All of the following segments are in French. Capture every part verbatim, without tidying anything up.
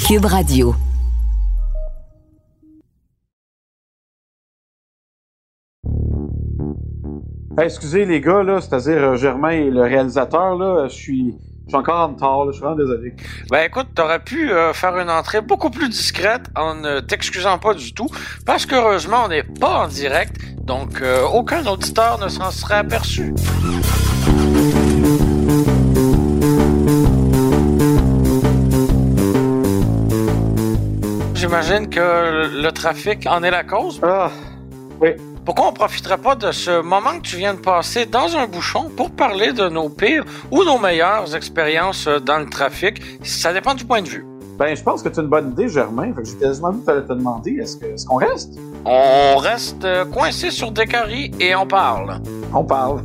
Cube Radio. Hey, excusez les gars, là, c'est-à-dire euh, Germain et le réalisateur, là, je suis je suis encore en retard, là, je suis vraiment désolé. Ben écoute, t'aurais pu euh, faire une entrée beaucoup plus discrète en ne t'excusant pas du tout, parce qu'heureusement, on n'est pas en direct, donc euh, aucun auditeur ne s'en serait aperçu. J'imagine que le trafic en est la cause. Ah, oui. Pourquoi on profiterait pas de ce moment que tu viens de passer dans un bouchon pour parler de nos pires ou nos meilleures expériences dans le trafic? Ça dépend du point de vue. Ben, je pense que c'est une bonne idée, Germain. Fait que j'ai quasiment vu que t'allais te demander, est-ce que, est-ce qu'on reste? On reste euh, coincé sur des caries et on parle. On parle.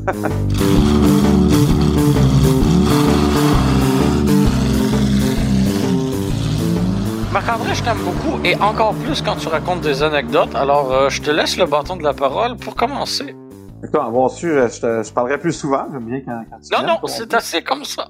Marc-André, je t'aime beaucoup et encore plus quand tu racontes des anecdotes, alors euh, je te laisse le bâton de la parole pour commencer. Écoute, avoir su, je, te, je parlerai plus souvent. J'aime bien quand, quand tu Non, viens, non, c'est assez comme ça.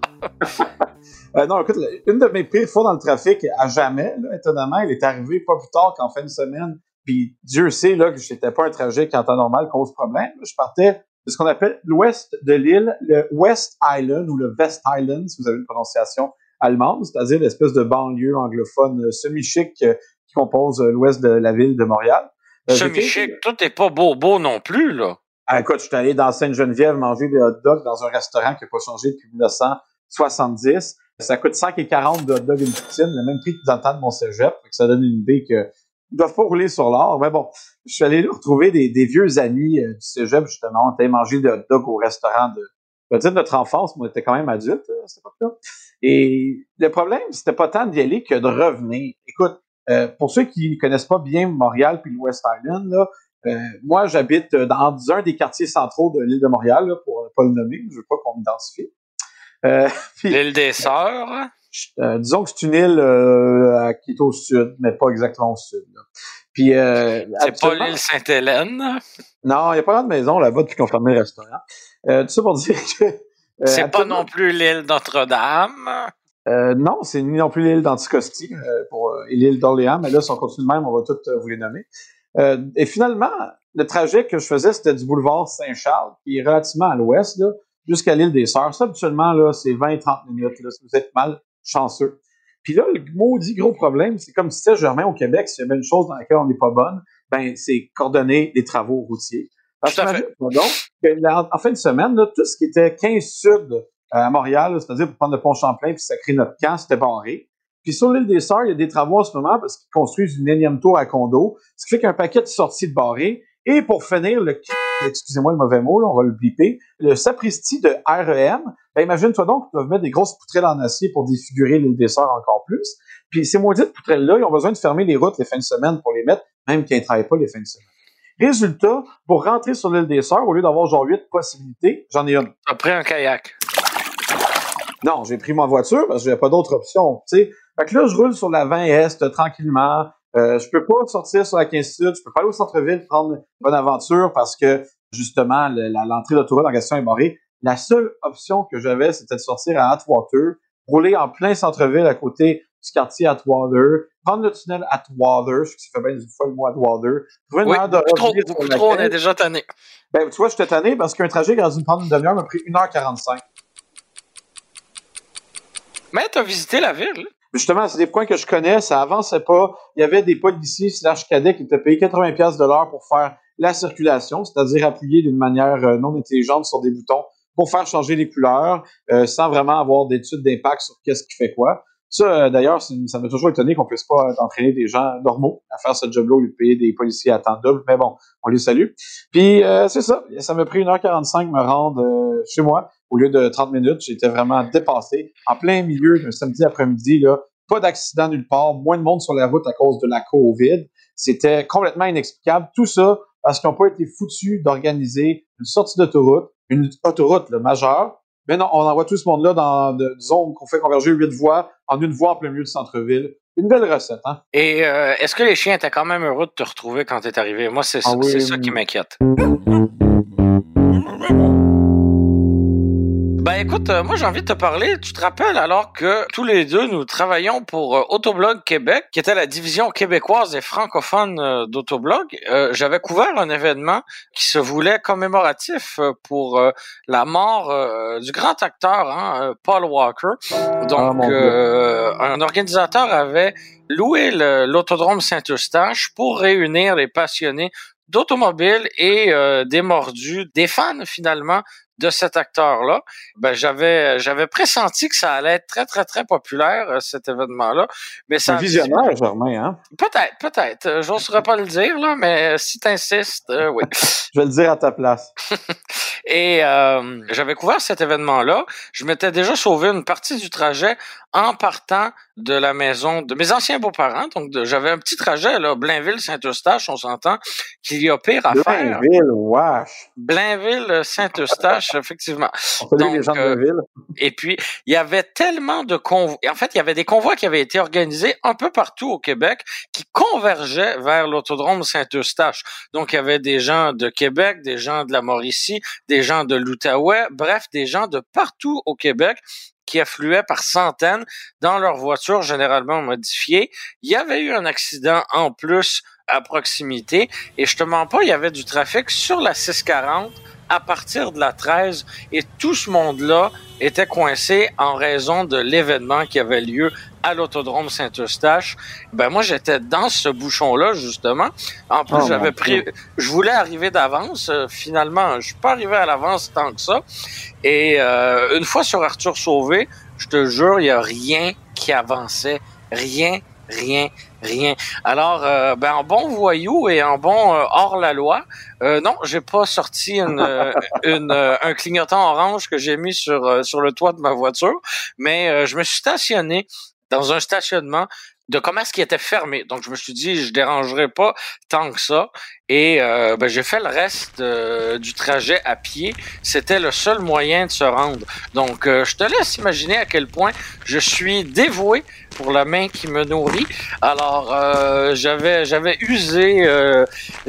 euh, non, écoute, une de mes pires fois dans le trafic, à jamais, là, étonnamment, elle est arrivée pas plus tard qu'en fin de semaine. Puis Dieu sait là, que j'étais pas un trajet qui en temps normal cause problème. Je partais de ce qu'on appelle l'ouest de l'île, le West Island ou le West Island, si vous avez une prononciation allemande, c'est-à-dire l'espèce de banlieue anglophone semi-chic euh, qui compose euh, l'ouest de la ville de Montréal. Euh, semi-chic, tout n'est pas beau beau non plus, là. Ah, écoute, je suis allé dans Sainte-Geneviève manger des hot dogs dans un restaurant qui n'a pas changé depuis dix-neuf cent soixante-dix. Ça coûte cinq quarante de hot dogs et une poutine, le même prix que dans le temps de mon cégep. Ça donne une idée qu'ils ne doivent pas rouler sur l'or. Mais bon, je suis allé là retrouver des, des vieux amis euh, du cégep, justement. On était mangé des hot dogs au restaurant de, je veux dire, de notre enfance, mais on était quand même adultes à cette époque-là. Et le problème, c'était pas tant d'y aller que de revenir. Écoute, euh, pour ceux qui ne connaissent pas bien Montréal puis le West Island, là, euh, moi, j'habite dans un des quartiers centraux de l'île de Montréal, là, pour ne pas le nommer, je veux pas qu'on m'identifie. Euh, puis, l'île des Sœurs? Euh, disons que c'est une île euh, qui est au sud, mais pas exactement au sud. Là. Puis, euh, c'est pas l'île Sainte-Hélène? Non, il n'y a pas vraiment de maison là-bas depuis qu'on fermait le restaurant. Euh, tout ça pour dire que... Euh, c'est pas non plus l'île Notre-Dame? Euh, non, c'est ni non plus l'île d'Anticosti euh, pour euh, l'île d'Orléans, mais là, si on continue de même, on va toutes euh, vous les nommer. Euh, et finalement, le trajet que je faisais, c'était du boulevard Saint-Charles, qui est relativement à l'ouest, là, jusqu'à l'île des Sœurs. Ça, habituellement, là, c'est vingt à trente minutes, là, si vous êtes mal chanceux. Puis là, le maudit gros problème, c'est comme si c'était Germain au Québec, s'il y avait une chose dans laquelle on n'est pas bonne, ben, c'est coordonner les travaux routiers. Parce que, donc, en fin de semaine, là, tout ce qui était quinze sud à Montréal, là, c'est-à-dire pour prendre le pont Champlain puis sacrer notre camp, c'était barré. Puis sur l'île des Sœurs, il y a des travaux en ce moment parce qu'ils construisent une énième tour à condo, ce qui fait qu'un paquet de sorties de barré. Et pour finir, le excusez-moi le mauvais mot, là, on va le blipper, le sapristi de R E M, ben imagine-toi donc qu'ils doivent mettre des grosses poutrelles en acier pour défigurer l'île des Sœurs encore plus. Puis ces maudites poutrelles-là, ils ont besoin de fermer les routes les fins de semaine pour les mettre, même qu'ils ne travaillent pas les fins de semaine. Résultat, pour rentrer sur l'île des Sœurs, au lieu d'avoir genre huit possibilités, j'en ai une. T'as pris un kayak? Non, j'ai pris ma voiture parce que j'avais pas d'autre option, tu sais. Fait que là, je roule sur la vingt Est tranquillement. Euh, je peux pas sortir sur la quinze Sud. Je peux pas aller au centre-ville prendre une bonne aventure parce que, justement, le, la, l'entrée d'autoroute en question est barrée. La seule option que j'avais, c'était de sortir à Atwater, rouler en plein centre-ville à côté du quartier Atwater, prendre le tunnel Atwater, je sais que ça fait bien une fois le mot Atwater, trouver une oui, heure de beaucoup trop, beaucoup trop, on est déjà tanné. Ben, tu vois, j'étais tanné parce qu'un trajet qui aurait dû me prendre une demi-heure m'a pris une heure quarante-cinq. Mais t'as visité la ville? Justement, c'est des points que je connais, ça avançait pas. Il y avait des policiers slash cadets qui étaient payés quatre-vingts dollars de l'heure pour faire la circulation, c'est-à-dire appuyer d'une manière non intelligente sur des boutons pour faire changer les couleurs, euh, sans vraiment avoir d'études d'impact sur qu'est-ce qui fait quoi. Ça, euh, d'ailleurs, c'est, ça m'a toujours étonné qu'on puisse pas entraîner des gens normaux à faire ce job-là au lieu de payer des policiers à temps double. Mais bon, on les salue. Puis, euh, c'est ça. Ça m'a pris une heure quarante-cinq me rendre euh, chez moi. Au lieu de trente minutes, j'étais vraiment dépassé. En plein milieu d'un samedi après-midi, là, pas d'accident nulle part, moins de monde sur la route à cause de la COVID. C'était complètement inexplicable. Tout ça parce qu'ils n'ont pas été foutus d'organiser une sortie d'autoroute, une autoroute là, majeure. Mais non, on envoie tout ce monde-là dans, de, disons, qu'on fait converger huit voies en une voie en plein milieu du centre-ville. Une belle recette, hein? Et euh, est-ce que les chiens étaient quand même heureux de te retrouver quand t'es arrivé? Moi, c'est, ah, oui, c'est ça qui m'inquiète. Ben Ben écoute, euh, moi j'ai envie de te parler. Tu te rappelles alors que tous les deux nous travaillions pour euh, Autoblog Québec, qui était la division québécoise et francophone euh, d'Autoblog. Euh, j'avais couvert un événement qui se voulait commémoratif euh, pour euh, la mort euh, du grand acteur hein, euh, Paul Walker. Donc Ah, euh, un organisateur avait loué le, l'autodrome Saint-Eustache pour réunir les passionnés d'automobile et euh, des mordus, des fans finalement de cet acteur-là. Ben j'avais j'avais pressenti que ça allait être très très très populaire euh, cet événement-là, mais ça un visionnaire, Germain, hein. Peut-être, peut-être. J'oserais pas le dire là, mais si t'insistes, euh, oui. Je vais le dire à ta place. Et euh, j'avais couvert cet événement-là. Je m'étais déjà sauvé une partie du trajet en partant de la maison de mes anciens beaux-parents. Donc, de, j'avais un petit trajet, là, Blainville-Saint-Eustache, on s'entend qu'il y a pire à Blainville, faire. Blainville, wesh. Blainville-Saint-Eustache, effectivement. On salue Donc, les gens de euh, la ville. Et puis, il y avait tellement de convois. En fait, il y avait des convois qui avaient été organisés un peu partout au Québec qui convergeaient vers l'autodrome Saint-Eustache. Donc, il y avait des gens de Québec, des gens de la Mauricie, des gens de l'Outaouais, bref, des gens de partout au Québec qui affluaient par centaines dans leurs voitures généralement modifiées. Il y avait eu un accident en plus à proximité et je te mens pas, il y avait du trafic sur la six quarante à partir de la treize et tout ce monde-là était coincé en raison de l'événement qui avait lieu à l'autodrome Saint-Eustache. Ben moi j'étais dans ce bouchon-là justement. En plus oh, j'avais pris, je voulais arriver d'avance. Euh, finalement, je suis pas arrivé à l'avance tant que ça. Et euh, une fois sur Arthur Sauvé, je te jure, il y a rien qui avançait, rien, rien, rien. Alors, euh, ben en bon voyou et en bon euh, hors la loi, euh, non, j'ai pas sorti une, euh, une euh, un clignotant orange que j'ai mis sur euh, sur le toit de ma voiture, mais euh, je me suis stationné dans un stationnement de commerce qui était fermé. Donc, je me suis dit, je dérangerai pas tant que ça. Et euh, ben, j'ai fait le reste euh, du trajet à pied. C'était le seul moyen de se rendre. Donc, euh, je te laisse imaginer à quel point je suis dévoué pour la main qui me nourrit. Alors, euh, j'avais j'avais usé euh,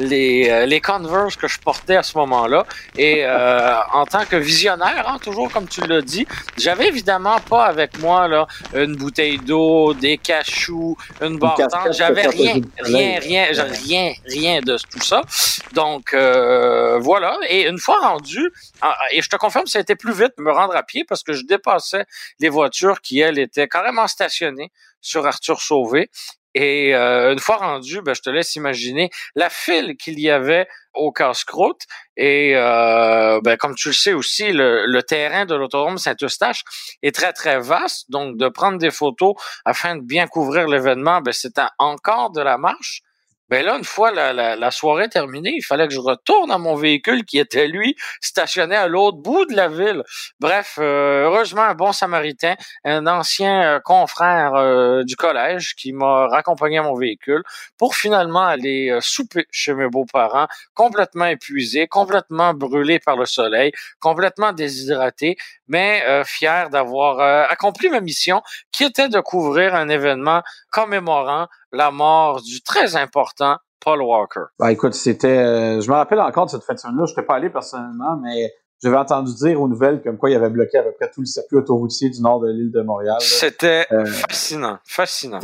les les Converse que je portais à ce moment-là. Et euh, en tant que visionnaire, hein, toujours comme tu l'as dit, j'avais évidemment pas avec moi là une bouteille d'eau, des cachous, une barre tente. J'avais rien, rien, rien, rien, rien de tout ça. Donc, euh, voilà. Et une fois rendu, et je te confirme, ça a été plus vite de me rendre à pied parce que je dépassais les voitures qui, elles, étaient carrément stationnées sur Arthur Sauvé. Et euh, une fois rendu, ben, je te laisse imaginer la file qu'il y avait au casse-croûte. Et euh, ben, comme tu le sais aussi, le, le terrain de l'autodrome Saint-Eustache est très, très vaste. Donc, de prendre des photos afin de bien couvrir l'événement, ben, c'était encore de la marche. Ben là, une fois la, la, la soirée terminée, il fallait que je retourne à mon véhicule qui était, lui, stationné à l'autre bout de la ville. Bref, euh, heureusement, un bon samaritain, un ancien euh, confrère euh, du collège qui m'a raccompagné à mon véhicule pour finalement aller euh, souper chez mes beaux-parents, complètement épuisé, complètement brûlé par le soleil, complètement déshydraté, mais euh, fier d'avoir euh, accompli ma mission qui était de couvrir un événement commémorant la mort du très important Paul Walker. Ben, écoute, c'était... Euh, je me rappelle encore de cette fin de semaine-là. Je n'étais pas allé personnellement, mais j'avais entendu dire aux nouvelles comme quoi il avait bloqué à peu près tout le circuit autoroutier du nord de l'île de Montréal. Là. C'était euh... fascinant, fascinant.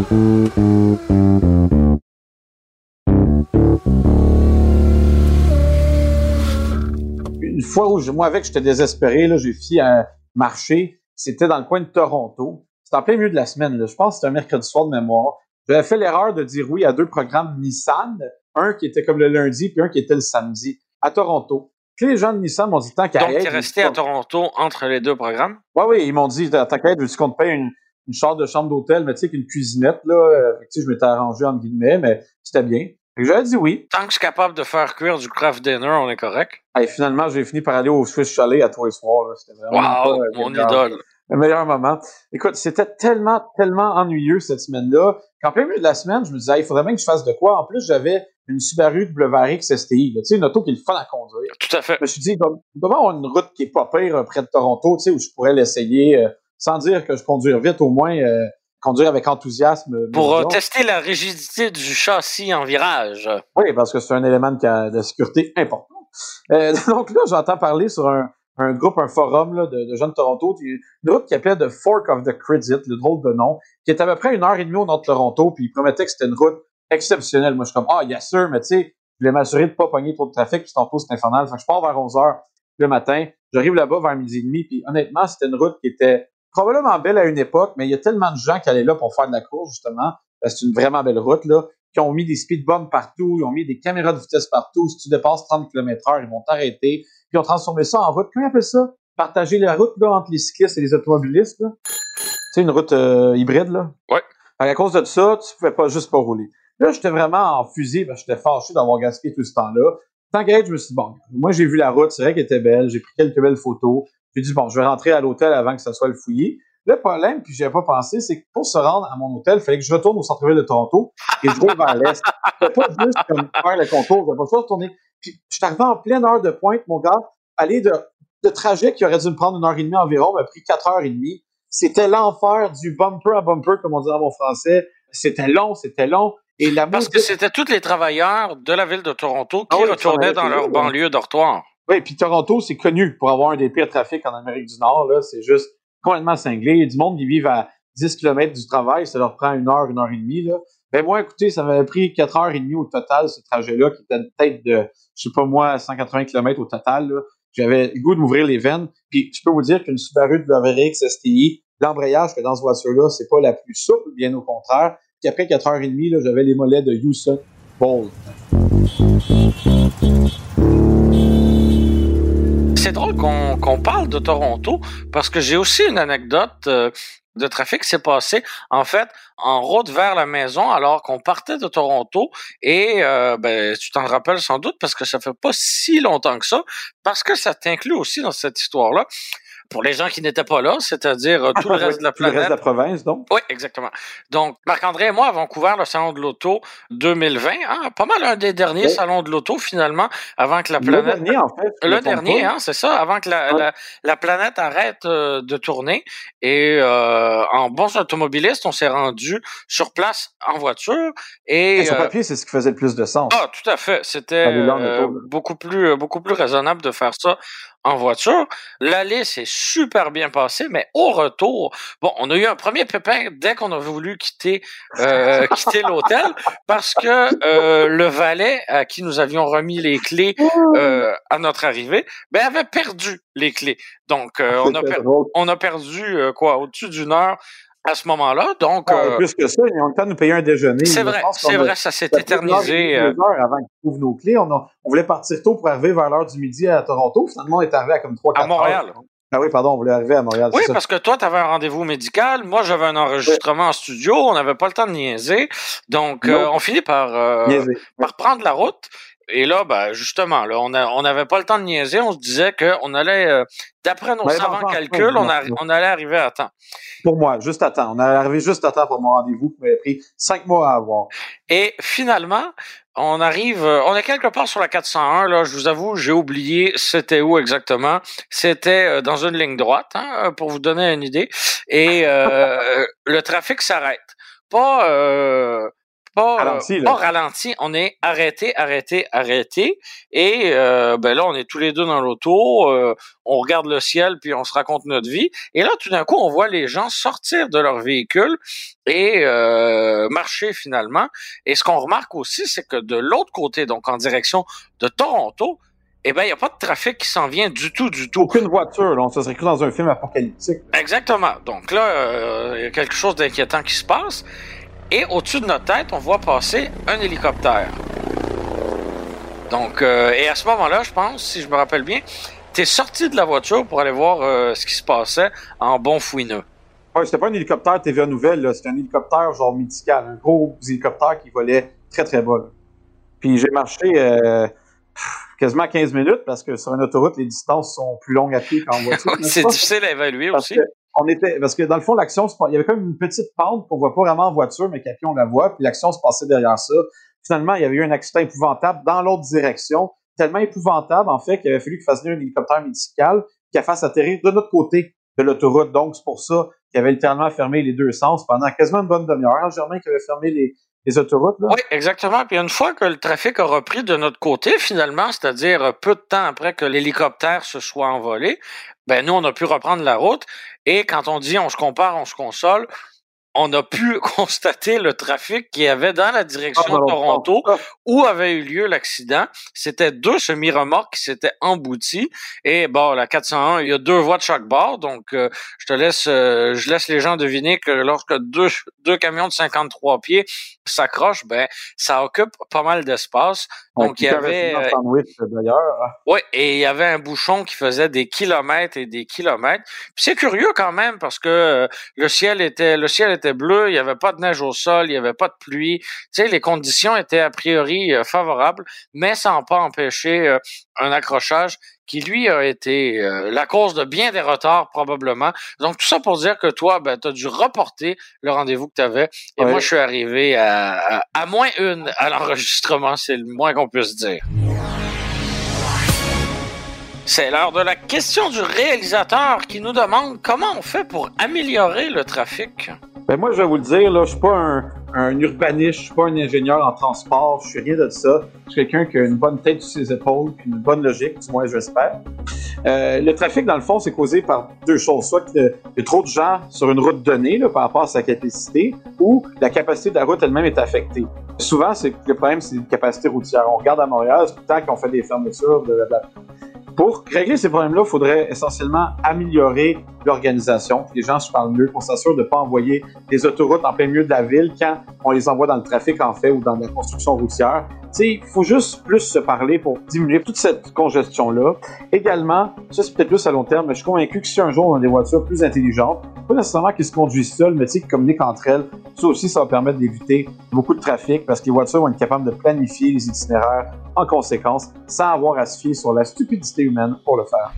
Une fois où je, moi, avec, j'étais désespéré, là, j'ai fini à marcher. C'était dans le coin de Toronto. C'était en plein milieu de la semaine. Là. Je pense que c'était un mercredi soir de mémoire. J'avais fait l'erreur de dire oui à deux programmes Nissan, un qui était comme le lundi, puis un qui était le samedi, à Toronto. Puis les gens de Nissan m'ont dit tant qu'à Donc, tu es resté à Toronto entre les deux programmes? Oui, oui, ils m'ont dit tant qu'à être, veux-tu qu'on te paye une, une chambre de chambre d'hôtel, mais tu sais, qu'une cuisinette, là, euh, tu sais, je m'étais arrangé entre guillemets, mais c'était bien. Fait que j'avais dit oui. Tant que je suis capable de faire cuire du craft dinner, on est correct. Et finalement, j'ai fini par aller au Swiss Chalet à tous les soirs. Là. C'était vraiment wow, pas, euh, mon idole. Le meilleur moment. Écoute, c'était tellement, tellement ennuyeux cette semaine-là qu'en plein milieu de la semaine, je me disais, il faudrait bien que je fasse de quoi. En plus, j'avais une Subaru W R X S T I, tu sais, une auto qui est le fun à conduire. Tout à fait. Je me suis dit, il doit, il doit y avoir une route qui est pas pire euh, près de Toronto, tu sais, où je pourrais l'essayer euh, sans dire que je conduire vite, au moins euh, conduire avec enthousiasme. Pour euh, tester la rigidité du châssis en virage. Oui, parce que c'est un élément de, de sécurité important. Euh, donc là, j'entends parler sur un un groupe, un forum là, de, de jeunes de Toronto, une route qui appelait The Fork of the Credit, le drôle de nom, qui est à peu près une heure et demie au nord de Toronto, puis ils promettaient que c'était une route exceptionnelle. Moi, je suis comme, ah, yes sûr, mais tu sais, je voulais m'assurer de pas pogner trop de trafic, puis tantôt, c'est infernal. Fait que je pars vers onze heures le matin, j'arrive là-bas vers midi et demi, puis honnêtement, c'était une route qui était probablement belle à une époque, mais il y a tellement de gens qui allaient là pour faire de la course, justement. C'est une vraiment belle route, là, qui ont mis des speed bumps partout, ils ont mis des caméras de vitesse partout. Si tu dépasses trente kilomètres heure, ils vont t'arrêter. Puis ils ont transformé ça en route. Comment ils appellent ça? Partager la route, là, entre les cyclistes et les automobilistes, là. Tu sais, une route euh, hybride, là. Ouais. À cause de ça, tu pouvais pas juste pas rouler. Là, j'étais vraiment en fusée, parce que j'étais fâché d'avoir gaspillé tout ce temps-là. Tant qu'à être, je me suis dit, bon, moi, j'ai vu la route, c'est vrai qu'elle était belle, j'ai pris quelques belles photos. J'ai dit, bon, je vais rentrer à l'hôtel avant que ça soit le fouillé. Le problème, puis j'y avais pas pensé, c'est que pour se rendre à mon hôtel, il fallait que je retourne au centre-ville de Toronto et je roule vers l'est. Je pas juste comme faire le contour, je vais pas juste retourner. Puis je suis arrivé en pleine heure de pointe, mon gars, aller de, de trajet qui aurait dû me prendre une heure et demie environ, m'a pris quatre heures et demie. C'était l'enfer du bumper à bumper, comme on dit dans mon français. C'était long, c'était long. Et la Parce que c'était tous les travailleurs de la ville de Toronto qui ah oui, retournaient dans leur banlieue dortoir. Oui, puis Toronto, c'est connu pour avoir un des pires trafics en Amérique du Nord. Là, c'est juste complètement cinglé. Il y a du monde qui vivent à dix kilomètres du travail, ça leur prend une heure, une heure et demie. Là. Ben moi, écoutez, ça m'avait pris quatre heures et demie au total, ce trajet-là, qui était peut-être de, je sais pas moi, cent quatre-vingts kilomètres au total. Là. J'avais le goût de m'ouvrir les veines. Puis je peux vous dire qu'une Subaru W R X S T I, l'embrayage que dans cette voiture-là, c'est pas la plus souple, bien au contraire. Puis après quatre heures et demie, là, j'avais les mollets de Usain Bolt. C'est drôle qu'on, qu'on parle de Toronto parce que j'ai aussi une anecdote euh, de trafic qui s'est passé en fait en route vers la maison alors qu'on partait de Toronto et euh, ben tu t'en rappelles sans doute parce que ça fait pas si longtemps que ça parce que ça t'inclut aussi dans cette histoire-là. Pour les gens qui n'étaient pas là, c'est-à-dire tout le reste de la planète. Le reste de la province, donc. Oui, exactement. Donc, Marc-André et moi avons couvert le Salon de l'Auto deux mille vingt, hein, pas mal un des derniers oui. salons de l'Auto, finalement, avant que la planète... Le dernier, en fait. Le dernier, hein, c'est ça, avant que la, ouais. la, la planète arrête euh, de tourner. Et euh, en bons automobilistes, on s'est rendu sur place en voiture. Et, et sur papier, euh, c'est ce qui faisait le plus de sens. Ah, tout à fait. C'était euh, beaucoup plus beaucoup plus raisonnable de faire ça en voiture. L'aller s'est super bien passé, mais au retour, bon, on a eu un premier pépin dès qu'on a voulu quitter euh, quitter l'hôtel parce que euh, le valet à qui nous avions remis les clés euh, à notre arrivée, ben avait perdu les clés. Donc euh, on a per- on a perdu euh, quoi, au-dessus d'une heure à ce moment-là, donc... Ah, euh, plus que ça, ils ont le temps de nous payer un déjeuner. C'est vrai, c'est a, vrai, ça s'est éternisé. Deux heures avant qu'ils trouvent nos clés. On, a, on voulait partir tôt pour arriver vers l'heure du midi à Toronto. Finalement, on est arrivé à comme trois quatre heures. À Montréal. Heures. Ah oui, pardon, on voulait arriver à Montréal. Oui, parce ça. que toi, tu avais un rendez-vous médical. Moi, j'avais un enregistrement oui. en studio. On n'avait pas le temps de niaiser. Donc, euh, on finit par, euh, par prendre la route. Et là, ben, justement, là, on a, on n'avait pas le temps de niaiser. On se disait qu'on allait, euh, d'après nos ouais, savants calculs, on, a, on allait arriver à temps. Pour moi, juste à temps. On allait arriver juste à temps pour mon rendez-vous qui m'avait pris cinq mois à avoir. Et finalement, on arrive, on est quelque part sur la quatre cent un, là. Je vous avoue, j'ai oublié c'était où exactement. C'était dans une ligne droite, hein, pour vous donner une idée. Et, euh, le trafic s'arrête. Pas, euh, Pas, ralenti, pas ralenti, on est arrêté, arrêté, arrêté. Et euh, ben là, on est tous les deux dans l'auto, euh, on regarde le ciel, puis on se raconte notre vie. Et là, tout d'un coup, on voit les gens sortir de leur véhicule et euh, marcher finalement. Et ce qu'on remarque aussi, c'est que de l'autre côté, donc en direction de Toronto, eh ben, il n'y a pas de trafic qui s'en vient du tout, du tout. Aucune voiture, là. On se serait cru dans un film apocalyptique. Exactement. Donc là, euh, il y a quelque chose d'inquiétant qui se passe. Et au-dessus de notre tête, on voit passer un hélicoptère. Donc, euh, et à ce moment-là, je pense, si je me rappelle bien, t'es sorti de la voiture pour aller voir euh, ce qui se passait en bon fouineux. Oui, c'était pas un hélicoptère T V A Nouvelle, là. C'était un hélicoptère genre médical, un gros hélicoptère qui volait très très bas. Là. Puis j'ai marché euh, quasiment quinze minutes parce que sur une autoroute, les distances sont plus longues à pied qu'en voiture. C'est difficile à évaluer parce aussi. Que, On était, parce que dans le fond, l'action, il y avait comme une petite pente qu'on voit pas vraiment en voiture, mais qu'à pied, on la voit, puis l'action se passait derrière ça. Finalement, il y avait eu un accident épouvantable dans l'autre direction, tellement épouvantable, en fait, qu'il avait fallu qu'il fasse venir un hélicoptère médical qui a fait atterrir de notre côté de l'autoroute. Donc, c'est pour ça qu'il avait littéralement fermé les deux sens pendant quasiment une bonne demi-heure. Germain qui avait fermé les, les autoroutes, là. Oui, exactement. Puis une fois que le trafic a repris de notre côté, finalement, c'est-à-dire peu de temps après que l'hélicoptère se soit envolé, ben nous, on a pu reprendre la route. Et quand on dit on se compare, on se console, on a pu constater le trafic qu'il y avait dans la direction ah, de Toronto ah. où avait eu lieu l'accident. C'était deux semi-remorques qui s'étaient emboutis. Et bon, la quatre cent un, il y a deux voies de chaque bord. Donc, euh, je te laisse, euh, je laisse les gens deviner que lorsque deux, deux camions de cinquante-trois pieds s'accrochent, ben, ça occupe pas mal d'espace. Donc, il y avait... Un sandwich, d'ailleurs. Oui, et il y avait un bouchon qui faisait des kilomètres et des kilomètres. Puis c'est curieux quand même parce que euh, le ciel était, le ciel était bleu, il n'y avait pas de neige au sol, il n'y avait pas de pluie. Tu sais, les conditions étaient a priori euh, favorables, mais ça n'a pas empêché euh, un accrochage qui, lui, a été euh, la cause de bien des retards, probablement. Donc, tout ça pour dire que toi, ben, tu as dû reporter le rendez-vous que tu avais. Et ouais. Moi, je suis arrivé à, à, à moins une à l'enregistrement, c'est le moins qu'on puisse dire. C'est l'heure de la question du réalisateur qui nous demande comment on fait pour améliorer le trafic. Ben moi, je vais vous le dire, là, je suis pas un, un urbaniste, je suis pas un ingénieur en transport, je suis rien de ça. Je suis quelqu'un qui a une bonne tête sur ses épaules, puis une bonne logique, du moins j'espère. Euh, le trafic, dans le fond, c'est causé par deux choses. Soit qu'il y a trop de gens sur une route donnée là, par rapport à sa capacité, ou la capacité de la route elle-même est affectée. Souvent, c'est, le problème, c'est la capacité routière. On regarde à Montréal, c'est tout le temps qu'on fait des fermetures de la Pour régler ces problèmes-là, il faudrait essentiellement améliorer l'organisation. Les gens se parlent mieux, qu'on s'assure de ne pas envoyer des autoroutes en plein milieu de la ville quand on les envoie dans le trafic, en fait, ou dans la construction routière. Tu sais, il faut juste plus se parler pour diminuer toute cette congestion-là. Également, ça c'est peut-être plus à long terme, mais je suis convaincu que si un jour on a des voitures plus intelligentes, pas nécessairement qui se conduisent seules, mais tu sais, qui communiquent entre elles, ça aussi, ça va permettre d'éviter beaucoup de trafic parce que les voitures vont être capables de planifier les itinéraires en conséquence, sans avoir à se fier sur la stupidité humaine pour le faire.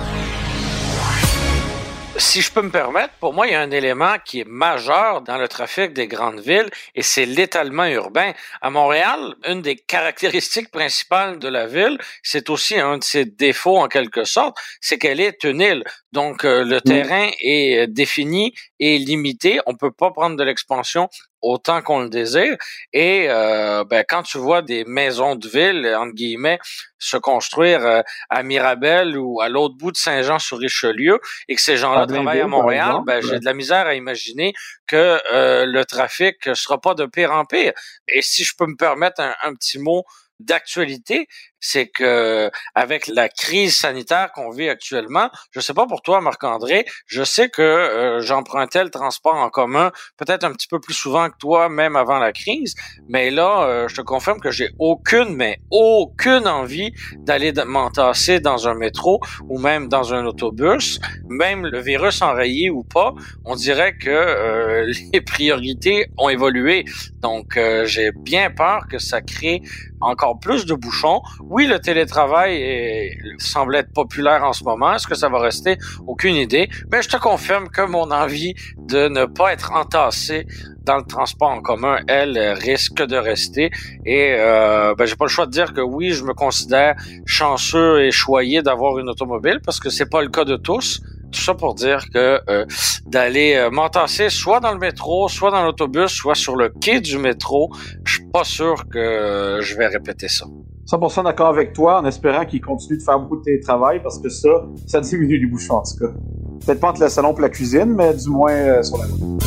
Si je peux me permettre, pour moi, il y a un élément qui est majeur dans le trafic des grandes villes et c'est l'étalement urbain. À Montréal, une des caractéristiques principales de la ville, c'est aussi un de ses défauts en quelque sorte, c'est qu'elle est une île. Donc, euh, le mmh. terrain est défini et limité. On peut pas prendre de l'expansion autant qu'on le désire. Et euh, ben, quand tu vois des maisons de ville, entre guillemets, se construire euh, à Mirabel ou à l'autre bout de Saint-Jean-sur-Richelieu et que ces gens-là travaillent à Montréal, ben, j'ai de la misère à imaginer que euh, le trafic sera pas de pire en pire. Et si je peux me permettre un, un petit mot d'actualité, c'est que avec la crise sanitaire qu'on vit actuellement, je sais pas pour toi, Marc-André, je sais que euh, j'empruntais le transport en commun peut-être un petit peu plus souvent que toi, même avant la crise, mais là, euh, je te confirme que j'ai aucune, mais aucune envie d'aller m'entasser dans un métro ou même dans un autobus, même le virus enrayé ou pas, on dirait que euh, les priorités ont évolué, donc euh, j'ai bien peur que ça crée encore plus de bouchons. Oui, le télétravail est, semble être populaire en ce moment. Est-ce que ça va rester? Aucune idée. Mais je te confirme que mon envie de ne pas être entassé dans le transport en commun, elle, risque de rester. Et euh, ben, j'ai pas le choix de dire que oui, je me considère chanceux et choyé d'avoir une automobile parce que c'est pas le cas de tous. Tout ça pour dire que euh, d'aller euh, m'entasser soit dans le métro, soit dans l'autobus, soit sur le quai du métro, je suis pas sûr que euh, je vais répéter ça. cent pour cent d'accord avec toi, en espérant qu'il continue de faire beaucoup de télétravail, parce que ça, ça diminue les bouchons en tout cas. Peut-être pas entre le salon et la cuisine, mais du moins euh, sur la route.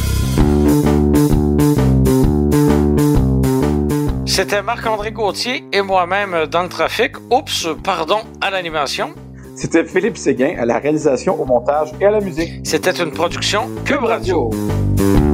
C'était Marc-André Gauthier et moi-même dans le trafic. Oups, pardon, à l'animation. C'était Philippe Séguin à la réalisation, au montage et à la musique. C'était une production Cube Radio.